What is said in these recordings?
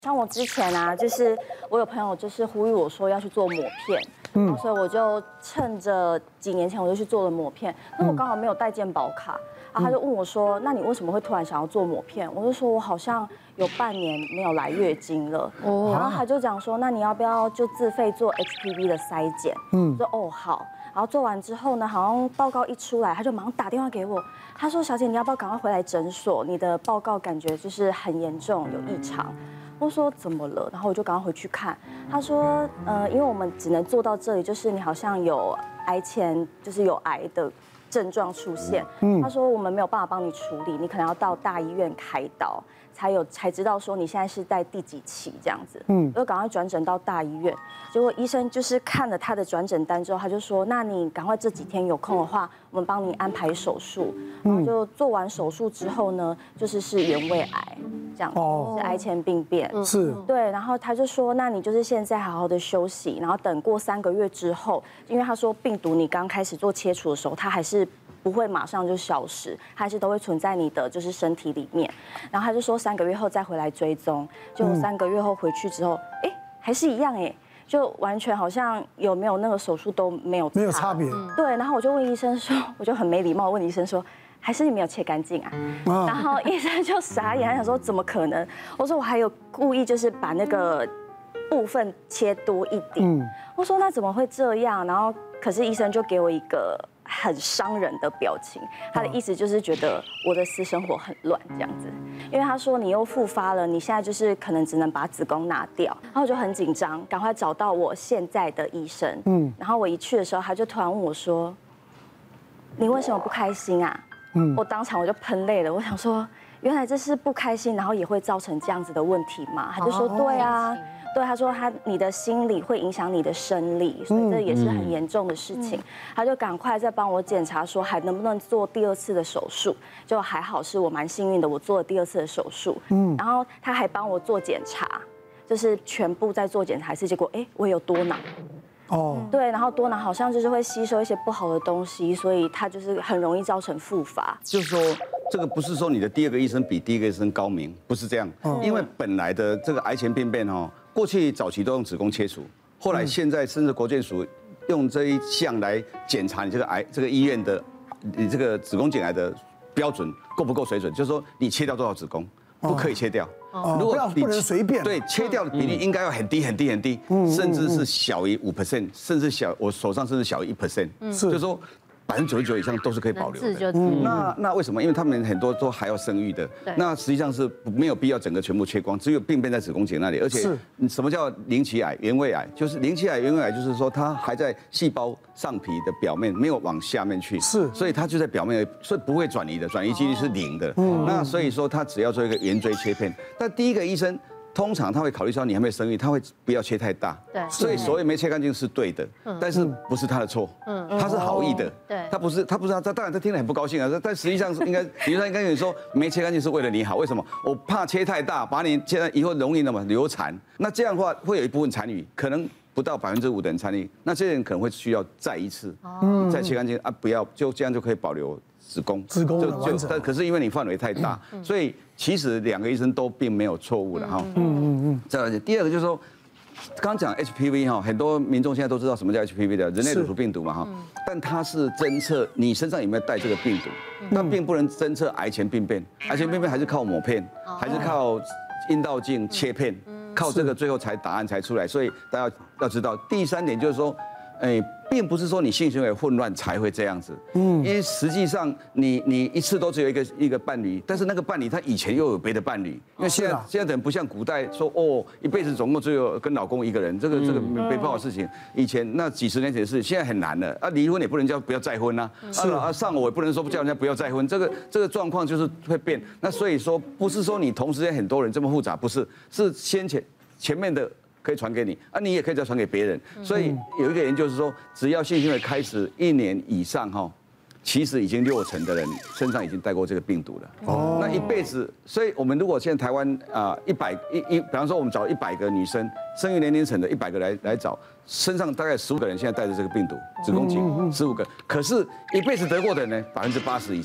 像我之前啊，就是我有朋友就是呼吁我说要去做抹片，所以我就趁着几年前我就去做了抹片，那我刚好没有带健保卡，然后他就问我说，那你为什么会突然想要做抹片？我就说我好像有半年没有来月经了，然后他就讲说，那你要不要就自费做 HPV 的筛检？我说哦好。然后做完之后呢，好像报告一出来，他就马上打电话给我，他说：“小姐，你要不要赶快回来诊所？你的报告感觉就是很严重，有异常。”我说：“怎么了？”然后我就赶快回去看。他说：“因为我们只能做到这里，就是你好像有癌前，就是有癌的症状出现。他说我们没有办法帮你处理，你可能要到大医院开刀。”才知道说你现在是在第几期这样子，我就赶快转诊到大医院，结果医生就是看了他的转诊单之后，他就说，那你赶快这几天有空的话，我们帮你安排手术，然后就做完手术之后呢，是原位癌这样子，是癌前病变， 是， 对，然后他就说，那你就是现在好好的休息，然后等过3个月之后，因为他说病毒你刚开始做切除的时候，它还是不会马上就消失，它还是都会存在你的就是身体里面。然后他就说3个月后再回来追踪，就3个月后回去之后，还是一样就完全好像有没有那个手术都没有差别。 对，然后我就问医生说，我就很没礼貌问医生说，还是你没有切干净啊？然后医生就傻眼，他想说怎么可能？我说我还有故意就是把那个部分切多一点。我说那怎么会这样？然后可是医生就给我一个很伤人的表情，他的意思就是觉得我的私生活很乱这样子，因为他说你又复发了，你现在就是可能只能把子宫拿掉，然后我就很紧张，赶快找到我现在的医生，然后我一去的时候，他就突然问我说，你为什么不开心啊？我当场我就喷泪了，我想说原来这是不开心，然后也会造成这样子的问题嘛？他就说对啊。对，他说你的心理会影响你的生理，所以这也是很严重的事情。他就赶快再帮我检查，说还能不能做第2次的手术。就还好是我蛮幸运的，我做了第2次的手术。然后他还帮我做检查，就是全部在做检查，结果我有多囊。对，然后多囊好像就是会吸收一些不好的东西，所以它就是很容易造成复发。 就是说，这个不是说你的第2个医生比第1个医生高明，不是这样。因为本来的这个癌前病变过去早期都用子宫切除，后来现在甚至国健署用这一项来检查你这个医院的你这个子宫颈癌的标准够不够水准，就是说你切掉多少子宫，不可以切掉。 如果不能随便。 对，切掉的比例应该要很低很低很低，甚至是小于5%，甚至我手上甚至小于1%，就是说99%以上都是可以保留的。那为什么？因为他们很多都还要生育的，那实际上是没有必要整个全部切光，只有病变在子宫颈那里。而且什么叫鳞期癌、原位癌？就是鳞期癌、原位癌，就是说它还在细胞上皮的表面，没有往下面去，所以它就在表面，所以不会转移的，转移几率是0的。那所以说它只要做一个圆锥切片，但第1个医生。通常他会考虑到你还没生育，他会不要切太大，对，所以所谓没切干净是对的，但是不是他的错，他是好意的，对，他不是他当然他听了很不高兴啊，但实际上是应该，理论上应该跟你说没切干净是为了你好，为什么？我怕切太大，把你切以后容易流产，那这样的话会有一部分残余，可能不到5%的人残余，那这些人可能会需要再一次，再切干净啊，不要就这样就可以保留。子宫但可是因为你范围太大，所以其实2个医生都并没有错误的哈。再来第2个就是说，刚刚讲 HPV 哈，很多民众现在都知道什么叫 HPV 的人类乳头病毒嘛哈，但它是侦测你身上有没有带这个病毒，但并不能侦测癌前病变，癌前病变还是靠抹片，还是靠阴道镜切片，靠这个最后答案才出来。所以大家要知道，第3点就是说，并不是说你性行为混乱才会这样子，因为实际上你一次都只有一个伴侣，但是那个伴侣他以前又有别的伴侣，因为现在的人不像古代说一辈子总共只有跟老公1个人，这个没办法的事情，以前那几10年前的事，现在很难了啊，离婚也不能叫不要再婚啊，上我也不能说叫人家不要再婚，这个状况就是会变，那所以说不是说你同时间很多人这么复杂，不是，是前面的。可以传给你啊，你也可以再传给别人。所以有一个研究是说，只要性行为开始1年以上其实已经60%的人身上已经带过这个病毒了。那一辈子，所以我们如果现在台湾比方说我们找100个女生，生育年龄层的100个来找，身上大概15个人现在带着这个病毒，子宫颈15个，可是一辈子得过的人呢，80%以上。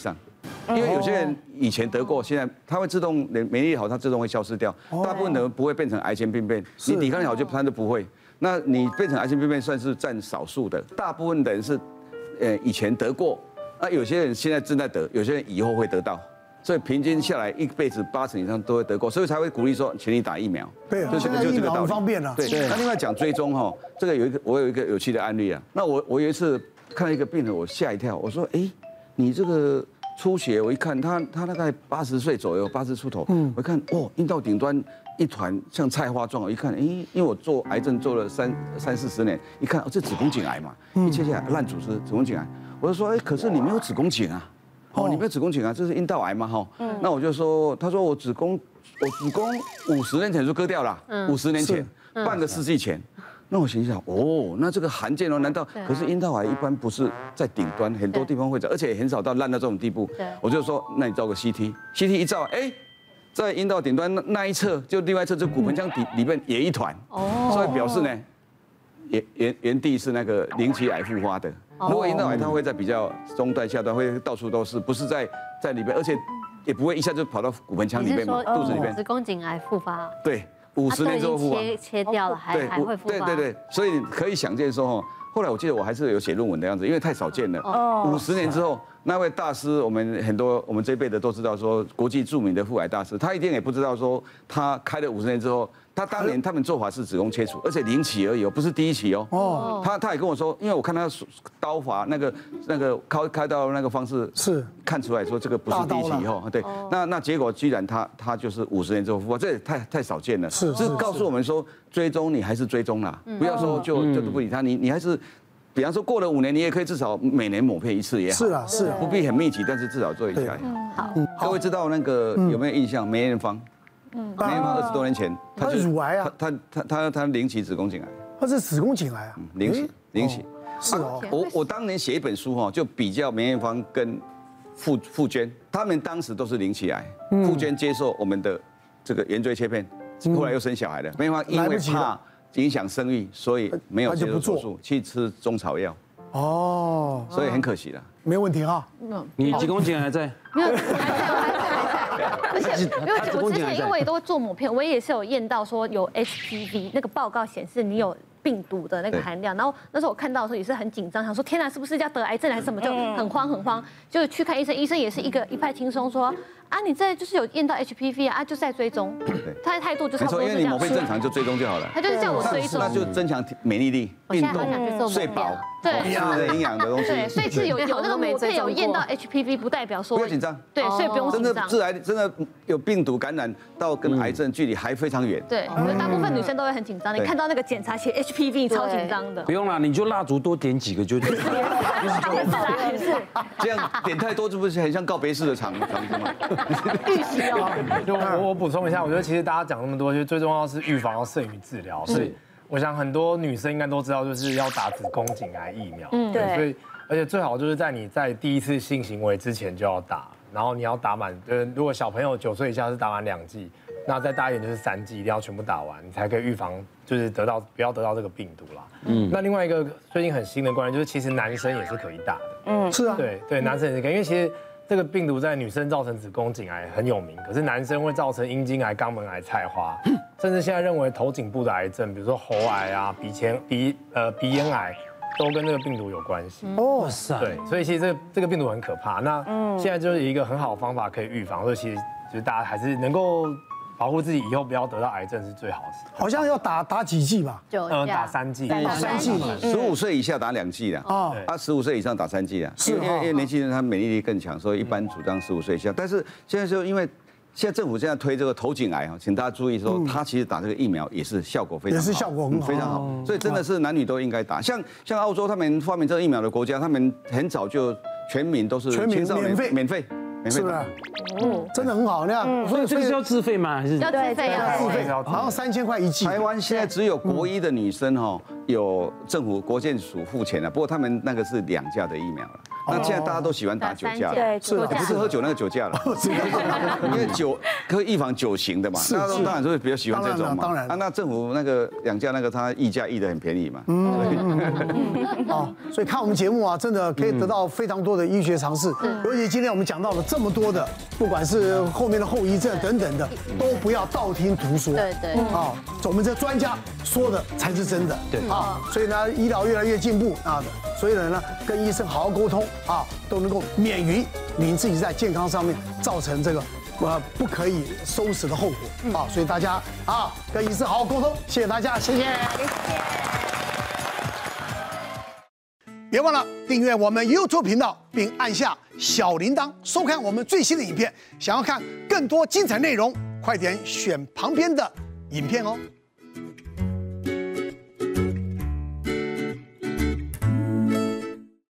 因为有些人以前得过，现在它会自动免疫力好，它自动会消失掉。大部分的人不会变成癌前病变，你抵抗力好就它都不会。那你变成癌前病变算是占少数的，大部分的人是以前得过，那有些人现在正在得，有些人以后会得到。所以平均下来一辈子80%以上都会得过，所以才会鼓励说请你打疫苗。 对啊， 就这个道理。 方便了。 对。那另外讲追踪哈，这个我有一个有趣的案例啊。那我有一次看到一个病人，我吓一跳，我说你这个出血，我一看他大概80岁左右，80出头。我一看阴道顶端一团像菜花状，我一看因为我做癌症做了30-40年，一看这子宫颈癌嘛，一切下来烂组织子宫颈癌，我就说可是你没有子宫颈啊。你没有子宫颈啊，这是阴道癌嘛哈？那我就说，他说我子宫50年前就割掉了，50年前，半个世纪前。那我心想，那这个罕见哦，难道？可是阴道癌一般不是在顶端，很多地方会长，而且很少到烂到这种地步。我就说，那你照个 CT 一照，在阴道顶端那一侧，就另外一侧这骨盆腔里面也一团，所以表示呢，原地是那个零期癌复发的。如果阴道癌，它会在比较中段、下段，会到处都是，不是在里边，而且也不会一下就跑到骨盆腔里面嘛，肚子里面。 子宫颈癌复发。 对，50年之后复发。 切掉了，还会复发。 对，所以可以想见说后来我记得我还是有写论文的样子，因为太少见了。50年之后，那位大师，我们这一辈的都知道说，国际著名的妇癌大师，他一定也不知道说，他开了50年之后。他当年他们做法是子宫切除，而且0期而已不是第1期哦。他也跟我说，因为我看他刀法那个开刀那个方式是看出来说这个不是第1期哦。对，那结果居然他就是50年之后复发，这也太少见了。是告诉我们说，追踪你还是追踪啦，不要说就不理他，你还是。比方说过了5年，你也可以至少每年抹片1次也好。是啊，不必很密集，但是至少做一下也好。各位知道那个有没有印象？梅艳芳。梅艳芳20多年前， 她是乳癌啊， 她0期子宫颈癌， 她是子宫颈癌啊 ，0期， 是哦。 我当年写一本书就比较梅艳芳跟傅娟，他们当时都是0期癌，傅娟接受我们的这个圆锥切片，后来又生小孩了，梅艳芳因为怕影响生育，所以没有接受手术，去吃中草药。所以很可惜了。 没问题哈。 你子宫颈还在？ 没有，而且因为我之前因为都做抹片，我也是有验到说有 HPV 那个报告显示你有病毒的那个含量，然后那时候我看到的时候也是很紧张，想说天哪，是不是要得癌症还是什么，就很慌，就去看医生，医生也是一派轻松说。你这就是有验到 HPV 就是在追踪，他的态度就是没错，因为你抹片正常就追踪就好了。 他就是叫我追踪， 那就增强免疫力、运动、睡饱， 对， 营养的东西。 对，所以是有那个抹片有验到 HPV， 不代表说不要紧张。 对，所以不用紧张。 真的致癌，真的有病毒感染到跟癌症距离还非常远。 对，大部分女生都会很紧张。你看到那个检查写 HPV， 超紧张的。 不用啦，你就蜡烛多点几个就。 这样点太多，这不是很像告别式的场子吗？ 就我补充一下，我觉得其实大家讲那么多，就最重要是预防要胜于治疗，所以我想很多女生应该都知道，就是要打子宫颈癌疫苗。对，所以而且最好就是你在第1次性行为之前就要打，然后你要打满，如果小朋友9岁以下是打满2剂，那再大一点就是3剂，一定要全部打完，你才可以预防就是不要得到这个病毒啦。那另外一个最近很新的观念就是，其实男生也是可以打的。 是啊， 对，男生也是可以，因为其实。这个病毒在女生造成子宫颈癌很有名，可是男生会造成阴茎癌、肛门癌、菜花，甚至现在认为头颈部的癌症，比如说喉癌啊、鼻咽癌，都跟这个病毒有关系。 哇塞！ 对，所以其实这个病毒很可怕。那现在就是一个很好的方法可以预防，所以其实就是大家还是能够保护自己，以后不要得到癌症是最好的事。 好像要打几剂吧？ 打3剂 ，3剂。 15岁以下打2剂的，15岁以上打3剂的。是，因为年轻人他免疫力更强，所以一般主张15岁以下。但是现在就因为现在政府现在推这个头颈癌请大家注意说，他其实打这个疫苗也是效果非常好， 也是效果很好， 非常好。所以真的是男女都应该打。像澳洲他们发明这个疫苗的国家，他们很早就全民都是青少年免费。 是不是？真的很好那样。 所以这个是要自费吗？还是要自费？ 好像3000块1剂。 台湾现在只有国1的女生有政府国健署付钱了，不过他们那个是2价的疫苗了。 那现在大家都喜欢打酒驾， 对， 是不是喝酒那个酒驾了，因为酒可以预防酒型的嘛，大家当然就会比较喜欢这种嘛。 当然， 那政府那个2价那个，它议价议的很便宜嘛。 哦，所以看我们节目啊，真的可以得到非常多的医学常识，尤其今天我们讲到了这么多的，不管是后面的后遗症等等的，都不要道听途说。 对。 啊，我们这专家说的才是真的。 对啊，所以呢，医疗越来越进步啊，所以呢，跟医生好好沟通啊，都能够免于你自己在健康上面造成这个不可以收拾的后果啊。所以大家啊，跟医生好好沟通，谢谢大家，谢谢。别忘了订阅我们 YouTube 频道，并按下小铃铛，收看我们最新的影片。想要看更多精彩内容，快点选旁边的影片哦。